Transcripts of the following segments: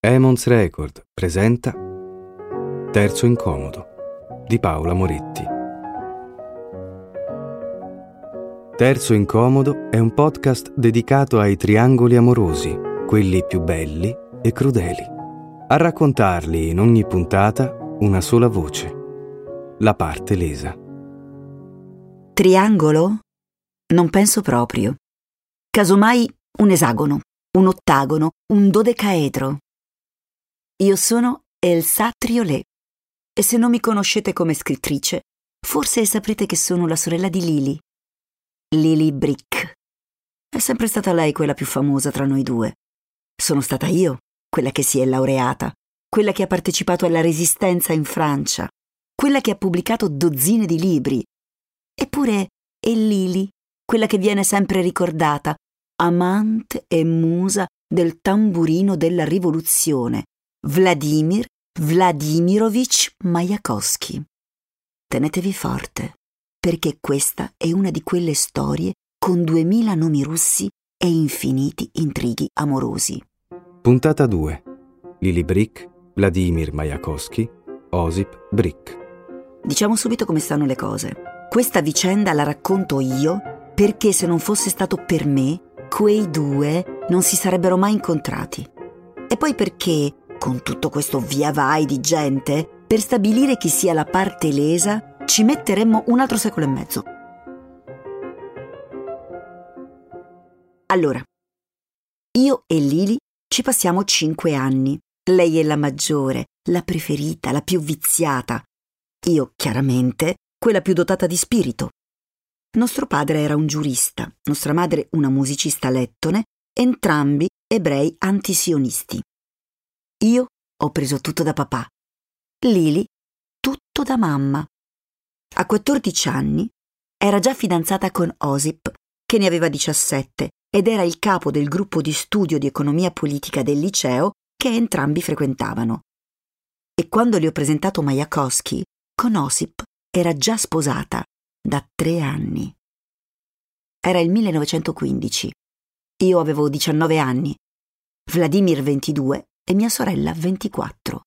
Emons Record presenta Terzo Incomodo di Paola Moretti. Terzo Incomodo è un podcast dedicato ai triangoli amorosi, quelli più belli e crudeli. A raccontarli in ogni puntata una sola voce, la parte lesa. Triangolo? Non penso proprio. Casomai un esagono, un ottagono, un dodecaedro. Io sono Elsa Triolet e se non mi conoscete come scrittrice, forse saprete che sono la sorella di Lily. Lily Brick. È sempre stata lei quella più famosa tra noi due. Sono stata io quella che si è laureata, quella che ha partecipato alla Resistenza in Francia, quella che ha pubblicato dozzine di libri. Eppure è Lily, quella che viene sempre ricordata, amante e musa del tamburino della rivoluzione, Vladimir Vladimirovich Majakovskij. Tenetevi forte, perché questa è una di quelle storie con 2000 nomi russi e infiniti intrighi amorosi. Puntata 2. Lily Brick, Vladimir Majakovskij, Osip Brick. Diciamo subito come stanno le cose. Questa vicenda la racconto io perché se non fosse stato per me, quei due non si sarebbero mai incontrati. E poi perché, con tutto questo via vai di gente, per stabilire chi sia la parte lesa, ci metteremmo un altro secolo e mezzo. Allora, io e Lily ci passiamo 5 anni. Lei è la maggiore, la preferita, la più viziata. Io, chiaramente, quella più dotata di spirito. Nostro padre era un giurista, nostra madre una musicista lettone, entrambi ebrei antisionisti. Io ho preso tutto da papà, Lily tutto da mamma. A 14 anni era già fidanzata con Osip, che ne aveva 17, ed era il capo del gruppo di studio di economia politica del liceo che entrambi frequentavano. E quando le ho presentato Majakovskij, con Osip era già sposata da 3 anni. Era il 1915. Io avevo 19 anni, Vladimir 22 e mia sorella 24.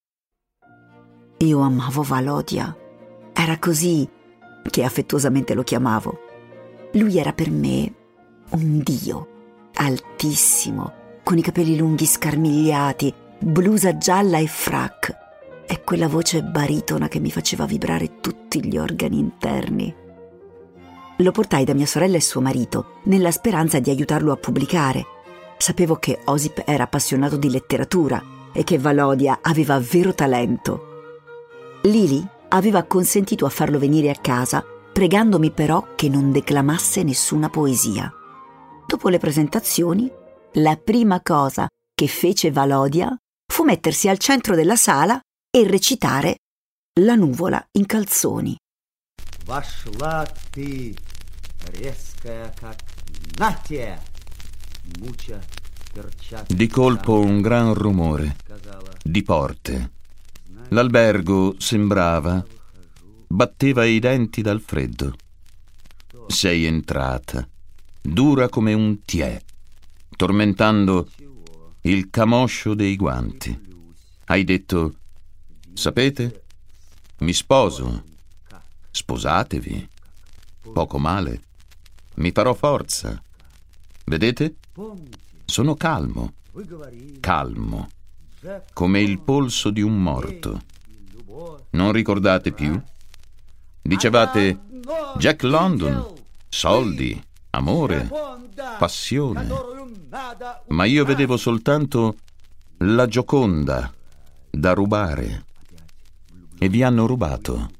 Io amavo Valodia. Era così che affettuosamente lo chiamavo. Lui era per me un dio, altissimo, con i capelli lunghi scarmigliati, blusa gialla e frac, e quella voce baritona che mi faceva vibrare tutti gli organi interni. Lo portai da mia sorella e suo marito, nella speranza di aiutarlo a pubblicare. Sapevo che Osip era appassionato di letteratura e che Valodia aveva vero talento. Lily aveva consentito a farlo venire a casa, pregandomi però che non declamasse nessuna poesia. Dopo le presentazioni, la prima cosa che fece Valodia fu mettersi al centro della sala e recitare La nuvola in calzoni. Вошла ты, резкая как натия, муча перчатка. Di colpo un gran rumore, di porte. L'albergo sembrava, batteva i denti dal freddo. Sei entrata, dura come un tiè, tormentando il camoscio dei guanti. Hai detto, sapete, mi sposo. Sposatevi. Poco male. Mi farò forza. Vedete? Sono calmo. Calmo. Come il polso di un morto. Non ricordate più? Dicevate Jack London, soldi, amore, passione. Ma io vedevo soltanto la Gioconda da rubare. E vi hanno rubato.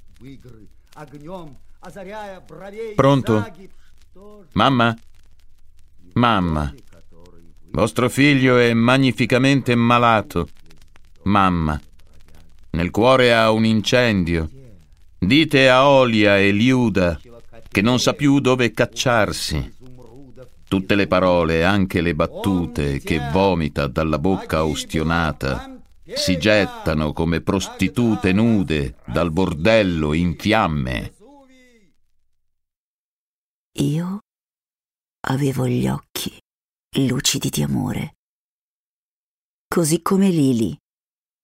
Pronto? Mamma? Mamma, vostro figlio è magnificamente malato. Mamma, nel cuore ha un incendio. Dite a Olia e Liuda che non sa più dove cacciarsi. Tutte le parole, anche le battute che vomita dalla bocca ustionata, si gettano come prostitute nude dal bordello in fiamme. Io avevo gli occhi lucidi di amore, così come Lily,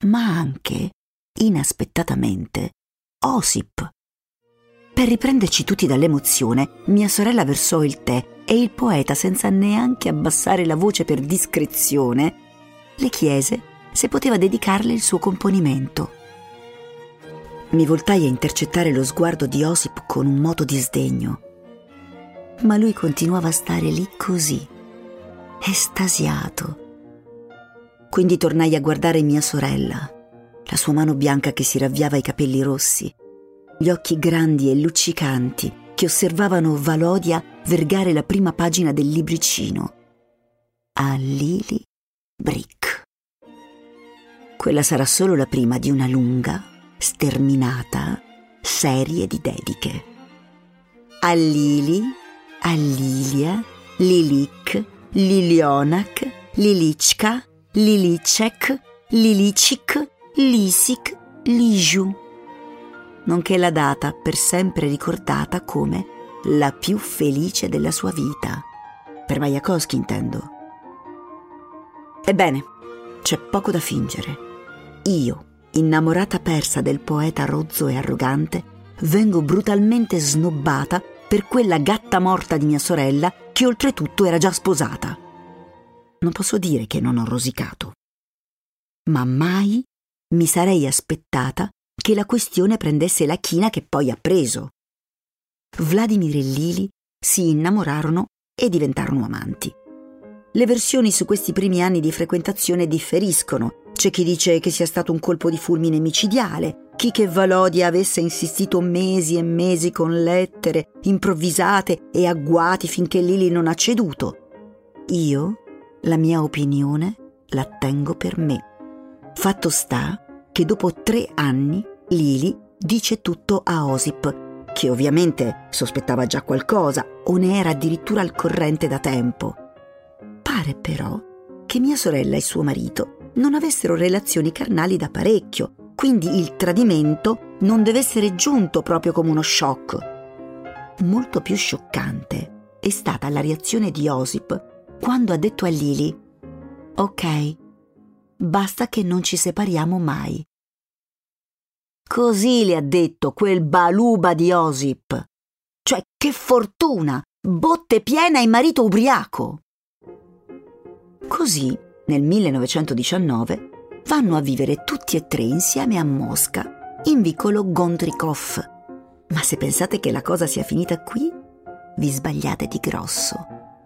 ma anche, inaspettatamente, Osip. Per riprenderci tutti dall'emozione, mia sorella versò il tè e il poeta, senza neanche abbassare la voce per discrezione, le chiese se poteva dedicarle il suo componimento. Mi voltai a intercettare lo sguardo di Osip con un moto di sdegno, ma lui continuava a stare lì così, estasiato. Quindi tornai a guardare mia sorella, la sua mano bianca che si ravviava i capelli rossi, gli occhi grandi e luccicanti che osservavano Valodia vergare la prima pagina del libricino. A Lily Brick. Quella sarà solo la prima di una lunga, sterminata serie di dediche. A Lili, a Lilia, Lilik, Lilionak, Lilichka, Lilicek, Lilicik, Lisik, Liju, nonché la data per sempre ricordata come la più felice della sua vita. Per Majakovskij, intendo. Ebbene, c'è poco da fingere. Io, innamorata persa del poeta rozzo e arrogante, vengo brutalmente snobbata per quella gatta morta di mia sorella che oltretutto era già sposata. Non posso dire che non ho rosicato, ma mai mi sarei aspettata che la questione prendesse la china che poi ha preso. Vladimir e Lili si innamorarono e diventarono amanti. Le versioni su questi primi anni di frequentazione differiscono. C'è chi dice che sia stato un colpo di fulmine micidiale, chi che Valodia avesse insistito mesi e mesi con lettere improvvisate e agguati finché Lili non ha ceduto. Io, la mia opinione, la tengo per me. Fatto sta che dopo 3 anni Lili dice tutto a Osip, che ovviamente sospettava già qualcosa o ne era addirittura al corrente da tempo. Pare però che mia sorella e suo marito non avessero relazioni carnali da parecchio, quindi il tradimento non deve essere giunto proprio come uno shock. Molto più scioccante è stata la reazione di Osip quando ha detto a Lili: «Ok, basta che non ci separiamo mai». Così le ha detto quel baluba di Osip. Cioè, che fortuna! Botte piena e marito ubriaco! Così, nel 1919, vanno a vivere tutti e 3 insieme a Mosca, in vicolo Gondrikov. Ma se pensate che la cosa sia finita qui, vi sbagliate di grosso.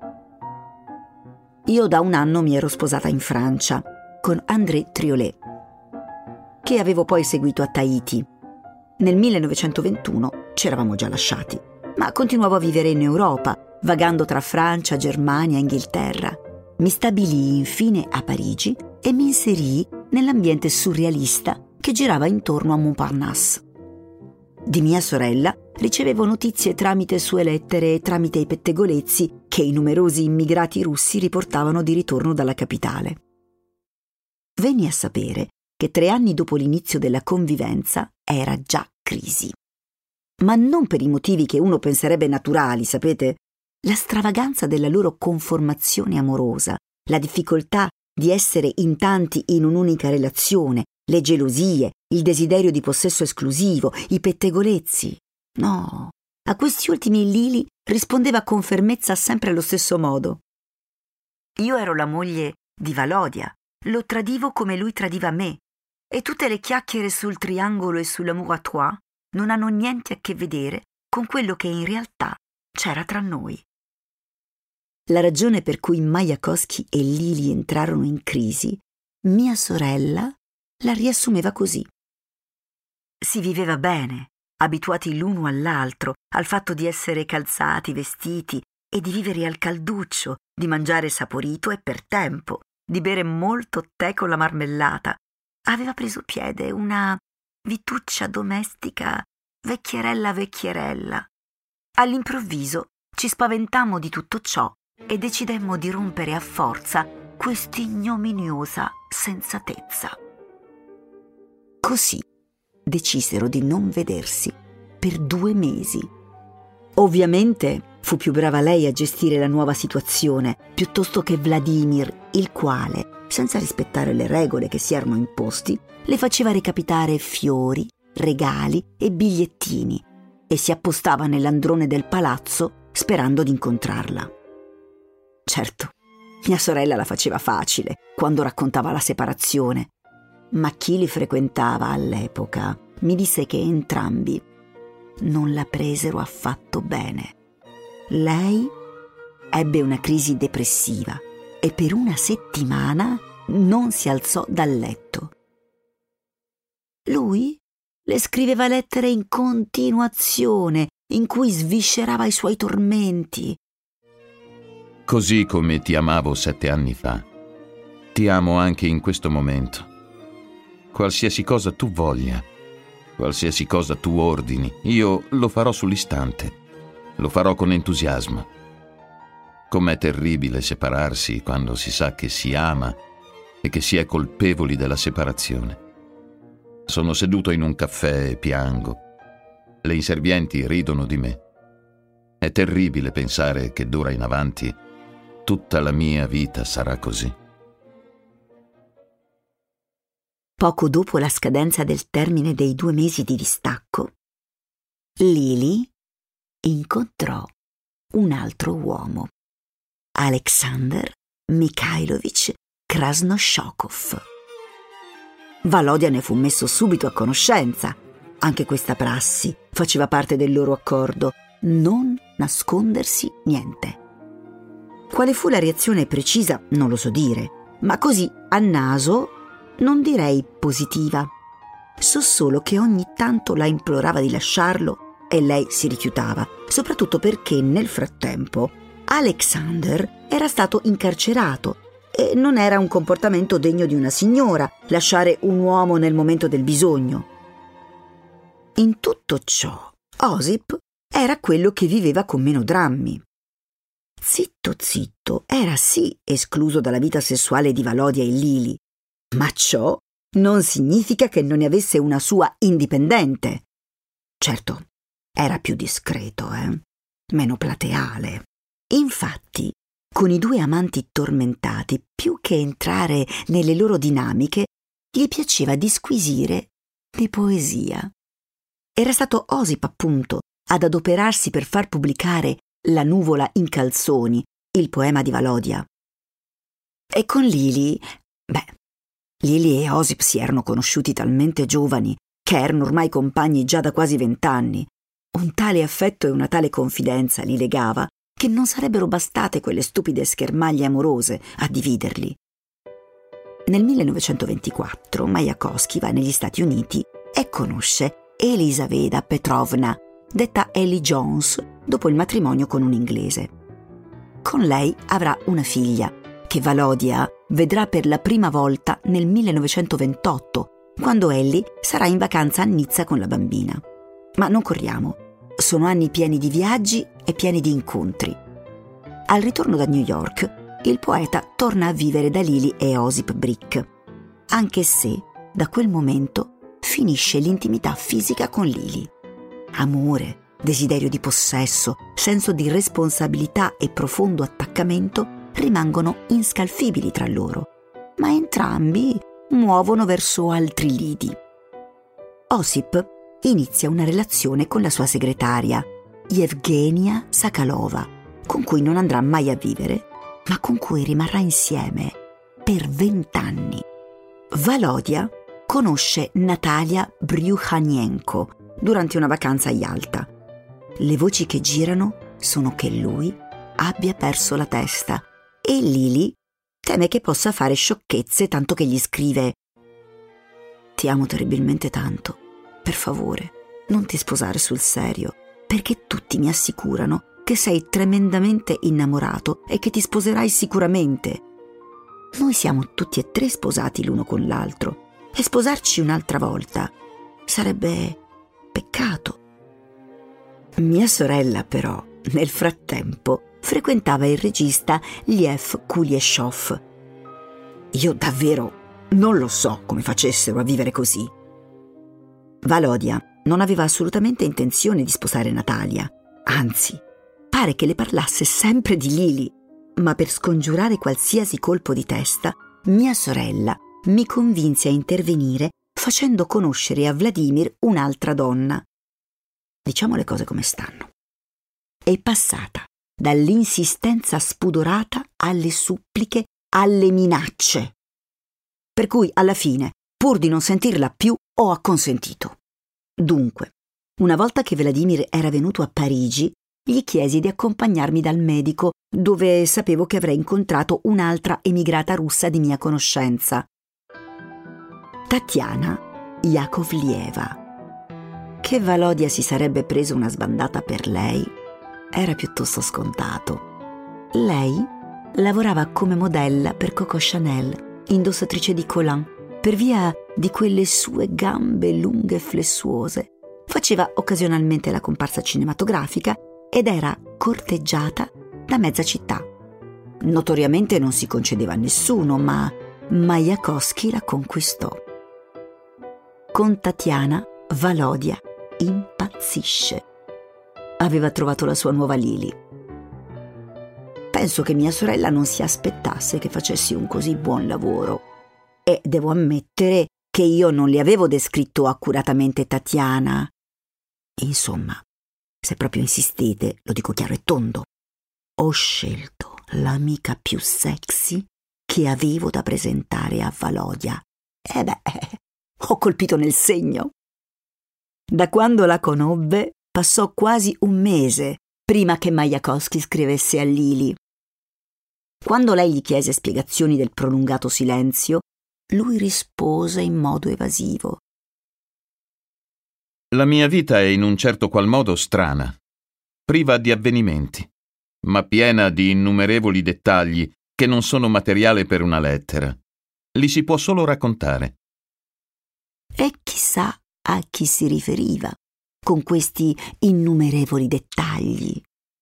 Io da 1 anno mi ero sposata in Francia, con André Triolet, che avevo poi seguito a Tahiti. Nel 1921 ci eravamo già lasciati, ma continuavo a vivere in Europa, vagando tra Francia, Germania e Inghilterra. Mi stabilii infine a Parigi e mi inserii nell'ambiente surrealista che girava intorno a Montparnasse. Di mia sorella ricevevo notizie tramite sue lettere e tramite i pettegolezzi che i numerosi immigrati russi riportavano di ritorno dalla capitale. Venni a sapere che 3 anni dopo l'inizio della convivenza era già crisi. Ma non per i motivi che uno penserebbe naturali, sapete? La stravaganza della loro conformazione amorosa, la difficoltà di essere in tanti in un'unica relazione, le gelosie, il desiderio di possesso esclusivo, i pettegolezzi. No, a questi ultimi Lili rispondeva con fermezza sempre allo stesso modo. Io ero la moglie di Valodia, lo tradivo come lui tradiva me, e tutte le chiacchiere sul triangolo e sull'amour à trois non hanno niente a che vedere con quello che in realtà c'era tra noi. La ragione per cui Majakovskij e Lili entrarono in crisi, mia sorella la riassumeva così. Si viveva bene, abituati l'uno all'altro, al fatto di essere calzati, vestiti e di vivere al calduccio, di mangiare saporito e per tempo, di bere molto tè con la marmellata. Aveva preso piede una vituccia domestica vecchierella. All'improvviso ci spaventammo di tutto ciò e decidemmo di rompere a forza quest'ignominiosa sensatezza. Così decisero di non vedersi per 2 mesi. Ovviamente fu più brava lei a gestire la nuova situazione, piuttosto che Vladimir, il quale, senza rispettare le regole che si erano imposti, le faceva recapitare fiori, regali e bigliettini e si appostava nell'androne del palazzo sperando di incontrarla. Certo, mia sorella la faceva facile quando raccontava la separazione, ma chi li frequentava all'epoca mi disse che entrambi non la presero affatto bene. Lei ebbe una crisi depressiva e per una settimana non si alzò dal letto. Lui le scriveva lettere in continuazione in cui sviscerava i suoi tormenti. Così come ti amavo 7 anni fa, ti amo anche in questo momento. Qualsiasi cosa tu voglia, qualsiasi cosa tu ordini, io lo farò sull'istante, lo farò con entusiasmo. Com'è terribile separarsi quando si sa che si ama e che si è colpevoli della separazione. Sono seduto in un caffè e piango. Le inservienti ridono di me. È terribile pensare che d'ora in avanti tutta la mia vita sarà così. Poco dopo la scadenza del termine dei 2 mesi di distacco, Lili incontrò un altro uomo, Alexander Mikhailovich Krasnoshokov. Valodia ne fu messo subito a conoscenza. Anche questa prassi faceva parte del loro accordo: non nascondersi niente. Quale fu la reazione precisa non lo so dire, ma così a naso non direi positiva. So solo che ogni tanto la implorava di lasciarlo e lei si rifiutava, soprattutto perché nel frattempo Alexander era stato incarcerato e non era un comportamento degno di una signora lasciare un uomo nel momento del bisogno. In tutto ciò, Osip era quello che viveva con meno drammi. Zitto zitto era sì escluso dalla vita sessuale di Valodia e Lili, ma ciò non significa che non ne avesse una sua indipendente. Certo, era più discreto, meno plateale. Infatti, con i 2 amanti tormentati, più che entrare nelle loro dinamiche, gli piaceva disquisire di poesia. Era stato Osip, appunto, ad adoperarsi per far pubblicare La nuvola in calzoni, il poema di Valodia. E con Lili, Lili e Osip si erano conosciuti talmente giovani che erano ormai compagni già da quasi 20 anni. Un tale affetto e una tale confidenza li legava che non sarebbero bastate quelle stupide schermaglie amorose a dividerli. Nel 1924 Majakovskij va negli Stati Uniti e conosce Elisaveta Petrovna, detta Ellie Jones, dopo il matrimonio con un inglese. Con lei avrà una figlia, che Valodia vedrà per la prima volta nel 1928, quando Ellie sarà in vacanza a Nizza con la bambina. Ma non corriamo, sono anni pieni di viaggi e pieni di incontri. Al ritorno da New York, il poeta torna a vivere da Lili e Osip Brick, anche se da quel momento finisce l'intimità fisica con Lili. Amore, desiderio di possesso, senso di responsabilità e profondo attaccamento rimangono inscalfibili tra loro, ma entrambi muovono verso altri lidi. Osip inizia una relazione con la sua segretaria, Yevgenia Sakhalova, con cui non andrà mai a vivere, ma con cui rimarrà insieme per 20 anni. Valodia conosce Natalia Bryukhanenko durante una vacanza a Yalta. Le voci che girano sono che lui abbia perso la testa e Lili teme che possa fare sciocchezze, tanto che gli scrive: «Ti amo terribilmente tanto. Per favore, non ti sposare sul serio, perché tutti mi assicurano che sei tremendamente innamorato e che ti sposerai sicuramente. Noi siamo tutti e 3 sposati l'uno con l'altro e sposarci un'altra volta sarebbe peccato». Mia sorella, però, nel frattempo frequentava il regista Lev Kuleshov. Io davvero non lo so come facessero a vivere così. Valodia non aveva assolutamente intenzione di sposare Natalia, anzi, pare che le parlasse sempre di Lili, Ma per scongiurare qualsiasi colpo di testa, mia sorella mi convinse a intervenire facendo conoscere a Vladimir un'altra donna. Diciamo le cose come stanno. È passata dall'insistenza spudorata alle suppliche, alle minacce. Per cui alla fine, pur di non sentirla più, ho acconsentito. Dunque, una volta che Vladimir era venuto a Parigi, gli chiesi di accompagnarmi dal medico, dove sapevo che avrei incontrato un'altra emigrata russa di mia conoscenza, Tatiana Yakovlieva. Che Valodia si sarebbe preso una sbandata per lei era piuttosto scontato. Lei lavorava come modella per Coco Chanel, indossatrice di collant, per via di quelle sue gambe lunghe e flessuose. Faceva occasionalmente la comparsa cinematografica ed era corteggiata da mezza città. Notoriamente non si concedeva a nessuno, ma Majakovskij la conquistò. Con Tatiana, Valodia impazzisce. Aveva trovato la sua nuova Lili. Penso che mia sorella non si aspettasse che facessi un così buon lavoro. E devo ammettere che io non le avevo descritto accuratamente Tatiana. Insomma, se proprio insistete, lo dico chiaro e tondo. Ho scelto l'amica più sexy che avevo da presentare a Valodia. Ho colpito nel segno. Da quando la conobbe passò quasi un mese prima che Majakovskij scrivesse a Lili. Quando lei gli chiese spiegazioni del prolungato silenzio, lui rispose in modo evasivo. La mia vita è in un certo qual modo strana, priva di avvenimenti, ma piena di innumerevoli dettagli che non sono materiale per una lettera. Li si può solo raccontare. E chissà a chi si riferiva con questi innumerevoli dettagli.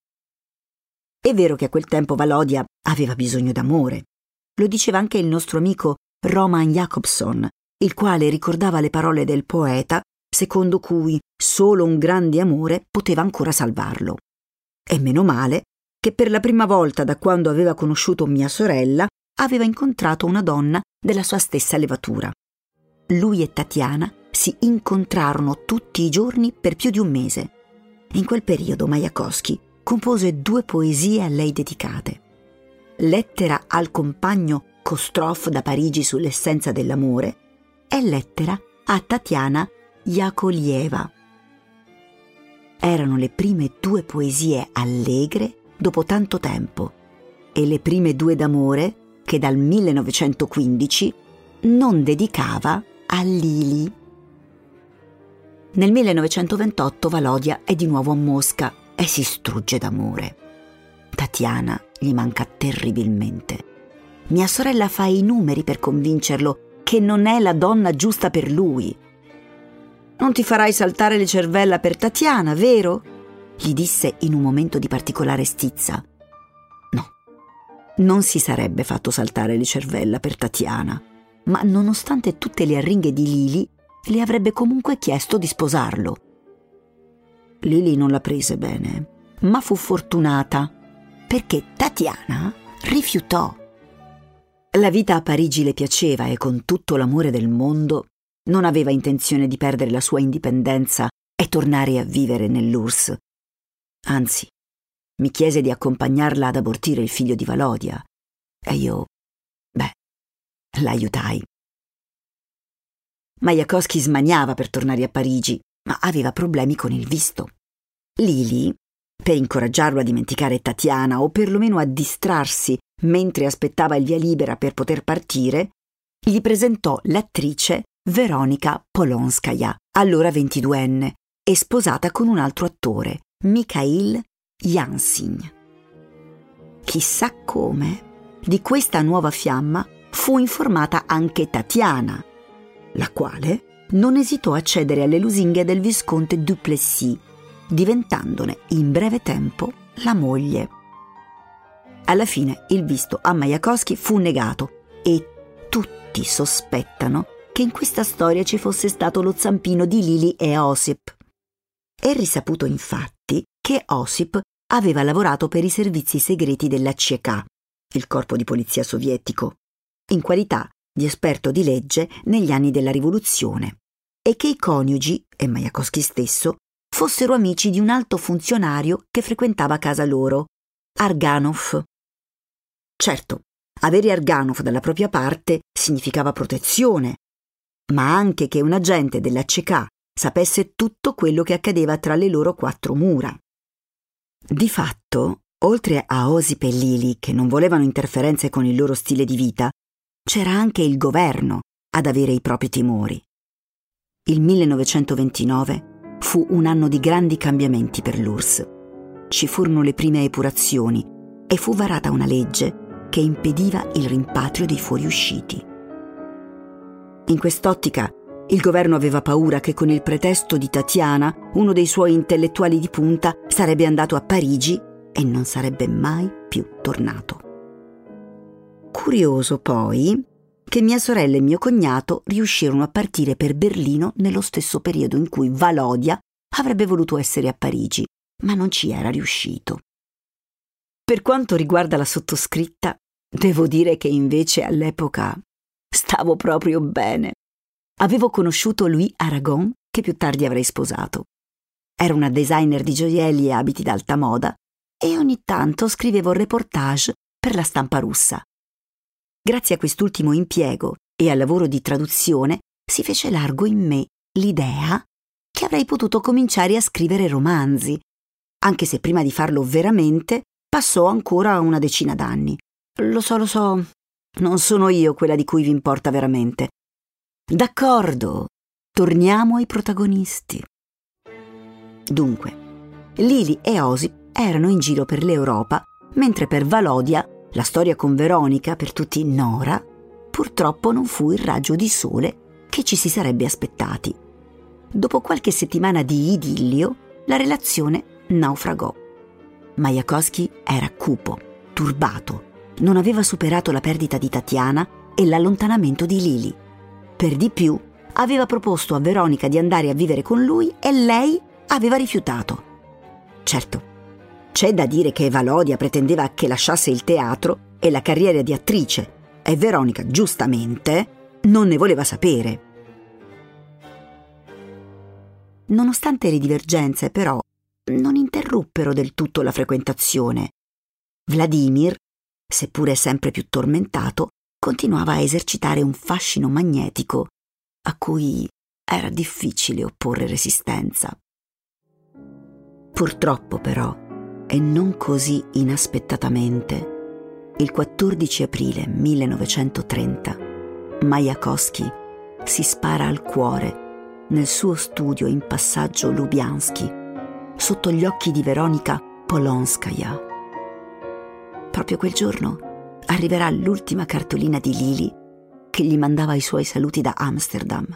È vero che a quel tempo Valodia aveva bisogno d'amore. Lo diceva anche il nostro amico Roman Jakobson, il quale ricordava le parole del poeta secondo cui solo un grande amore poteva ancora salvarlo. E meno male che per la prima volta da quando aveva conosciuto mia sorella aveva incontrato una donna della sua stessa levatura. Lui e Tatiana si incontrarono tutti i giorni per più di un mese. In quel periodo Majakovskij compose 2 poesie a lei dedicate. Lettera al compagno Kostrov da Parigi sull'essenza dell'amore e lettera a Tatiana Yakovlieva. Erano le prime 2 poesie allegre dopo tanto tempo e le prime 2 d'amore che dal 1915 non dedicava a Lili. Nel 1928 Valodia è di nuovo a Mosca e si strugge d'amore. Tatiana gli manca terribilmente. Mia sorella fa i numeri per convincerlo che non è la donna giusta per lui. «Non ti farai saltare le cervella per Tatiana, vero?» gli disse in un momento di particolare stizza. No, non si sarebbe fatto saltare le cervella per Tatiana, ma nonostante tutte le arringhe di Lili, le avrebbe comunque chiesto di sposarlo. Lili non la prese bene, ma fu fortunata, perché Tatiana rifiutò. La vita a Parigi le piaceva e con tutto l'amore del mondo non aveva intenzione di perdere la sua indipendenza e tornare a vivere nell'URSS. Anzi, mi chiese di accompagnarla ad abortire il figlio di Valodia e io, l'aiutai. Majakovskij smaniava per tornare a Parigi, ma aveva problemi con il visto. Lili, per incoraggiarlo a dimenticare Tatiana o perlomeno a distrarsi mentre aspettava il via libera per poter partire, gli presentò l'attrice Veronika Polonskaja, allora 22enne, e sposata con un altro attore, Mikhail Yansin. Chissà come, di questa nuova fiamma fu informata anche Tatiana, la quale non esitò a cedere alle lusinghe del visconte Duplessis, diventandone in breve tempo la moglie. Alla fine il visto a Majakovskij fu negato e tutti sospettano che in questa storia ci fosse stato lo zampino di Lili e Osip. È risaputo infatti che Osip aveva lavorato per i servizi segreti della CK il corpo di polizia sovietico, in qualità di esperto di legge negli anni della rivoluzione, e che i coniugi, e Majakovskij stesso, fossero amici di un alto funzionario che frequentava casa loro, Arganov. Certo, avere Arganov dalla propria parte significava protezione, ma anche che un agente della CK sapesse tutto quello che accadeva tra le loro quattro mura. Di fatto, oltre a Osip e Lili, che non volevano interferenze con il loro stile di vita, c'era anche il governo ad avere i propri timori. Il 1929 fu un anno di grandi cambiamenti per l'URSS. Ci furono le prime epurazioni e fu varata una legge che impediva il rimpatrio dei fuoriusciti. In quest'ottica, il governo aveva paura che con il pretesto di Tatiana, uno dei suoi intellettuali di punta, sarebbe andato a Parigi e non sarebbe mai più tornato. Curioso poi che mia sorella e mio cognato riuscirono a partire per Berlino nello stesso periodo in cui Valodia avrebbe voluto essere a Parigi, ma non ci era riuscito. Per quanto riguarda la sottoscritta, devo dire che invece all'epoca stavo proprio bene. Avevo conosciuto Louis Aragon, che più tardi avrei sposato. Era una designer di gioielli e abiti d'alta moda e ogni tanto scrivevo reportage per la stampa russa. Grazie a quest'ultimo impiego e al lavoro di traduzione si fece largo in me l'idea che avrei potuto cominciare a scrivere romanzi, anche se prima di farlo veramente passò ancora una decina d'anni. Lo so, non sono io quella di cui vi importa veramente. D'accordo, torniamo ai protagonisti. Dunque, Lili e Osip erano in giro per l'Europa, mentre per Valodia, la storia con Veronica, per tutti Nora, purtroppo non fu il raggio di sole che ci si sarebbe aspettati. Dopo qualche settimana di idillio, la relazione naufragò. Majakovskij era cupo, turbato, non aveva superato la perdita di Tatiana e l'allontanamento di Lili. Per di più, aveva proposto a Veronica di andare a vivere con lui e lei aveva rifiutato. Certo, c'è da dire che Valodia pretendeva che lasciasse il teatro e la carriera di attrice e Veronica, giustamente, non ne voleva sapere. Nonostante le divergenze, però, non interruppero del tutto la frequentazione. Vladimir, seppure sempre più tormentato, continuava a esercitare un fascino magnetico a cui era difficile opporre resistenza. Purtroppo, però, e non così inaspettatamente, il 14 aprile 1930 Majakovskij si spara al cuore nel suo studio in passaggio Lubianski, sotto gli occhi di Veronica Polonskaja. Proprio quel giorno arriverà l'ultima cartolina di Lili che gli mandava i suoi saluti da Amsterdam.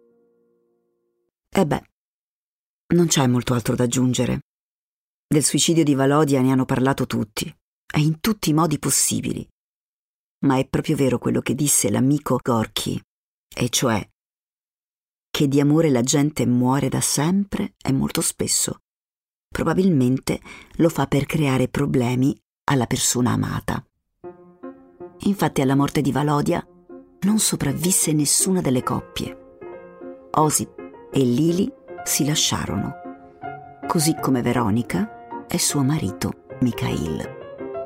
E beh, non c'è molto altro da aggiungere. Del suicidio di Valodia ne hanno parlato tutti, e in tutti i modi possibili. Ma è proprio vero quello che disse l'amico Gorky, e cioè che di amore la gente muore da sempre e molto spesso. Probabilmente lo fa per creare problemi alla persona amata. Infatti alla morte di Valodia non sopravvisse nessuna delle coppie. Osip e Lili si lasciarono, così come Veronica e suo marito Mikhail.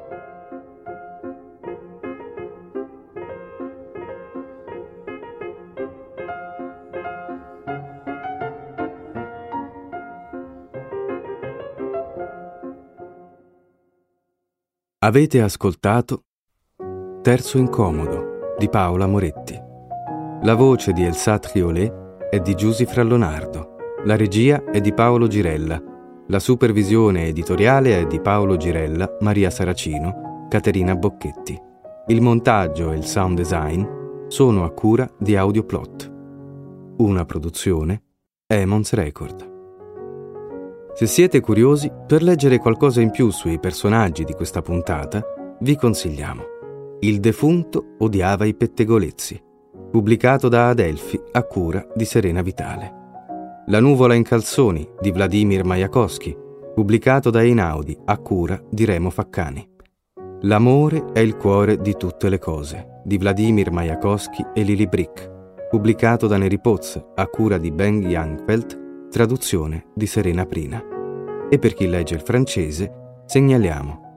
Avete ascoltato Terzo Incomodo di Paola Moretti. La voce di Elsat Riolet è di Giusy Frallonardo. La regia è di Paolo Girella. La supervisione editoriale è di Paolo Girella, Maria Saracino, Caterina Bocchetti. Il montaggio e il sound design sono a cura di Audioplot. Una produzione Emons Record. Se siete curiosi, per leggere qualcosa in più sui personaggi di questa puntata, vi consigliamo Il defunto odiava i pettegolezzi, pubblicato da Adelphi a cura di Serena Vitale. La nuvola in calzoni di Vladimir Majakovskij, pubblicato da Einaudi a cura di Remo Faccani. L'amore è il cuore di tutte le cose, di Vladimir Majakovskij e Lily Brick, pubblicato da Neripoz a cura di Ben Jangfeld, traduzione di Serena Prina. E per chi legge il francese, segnaliamo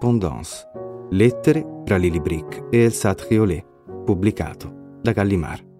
Correspondance, lettere tra Lily Brick e Elsa Triolet, pubblicato da Gallimard.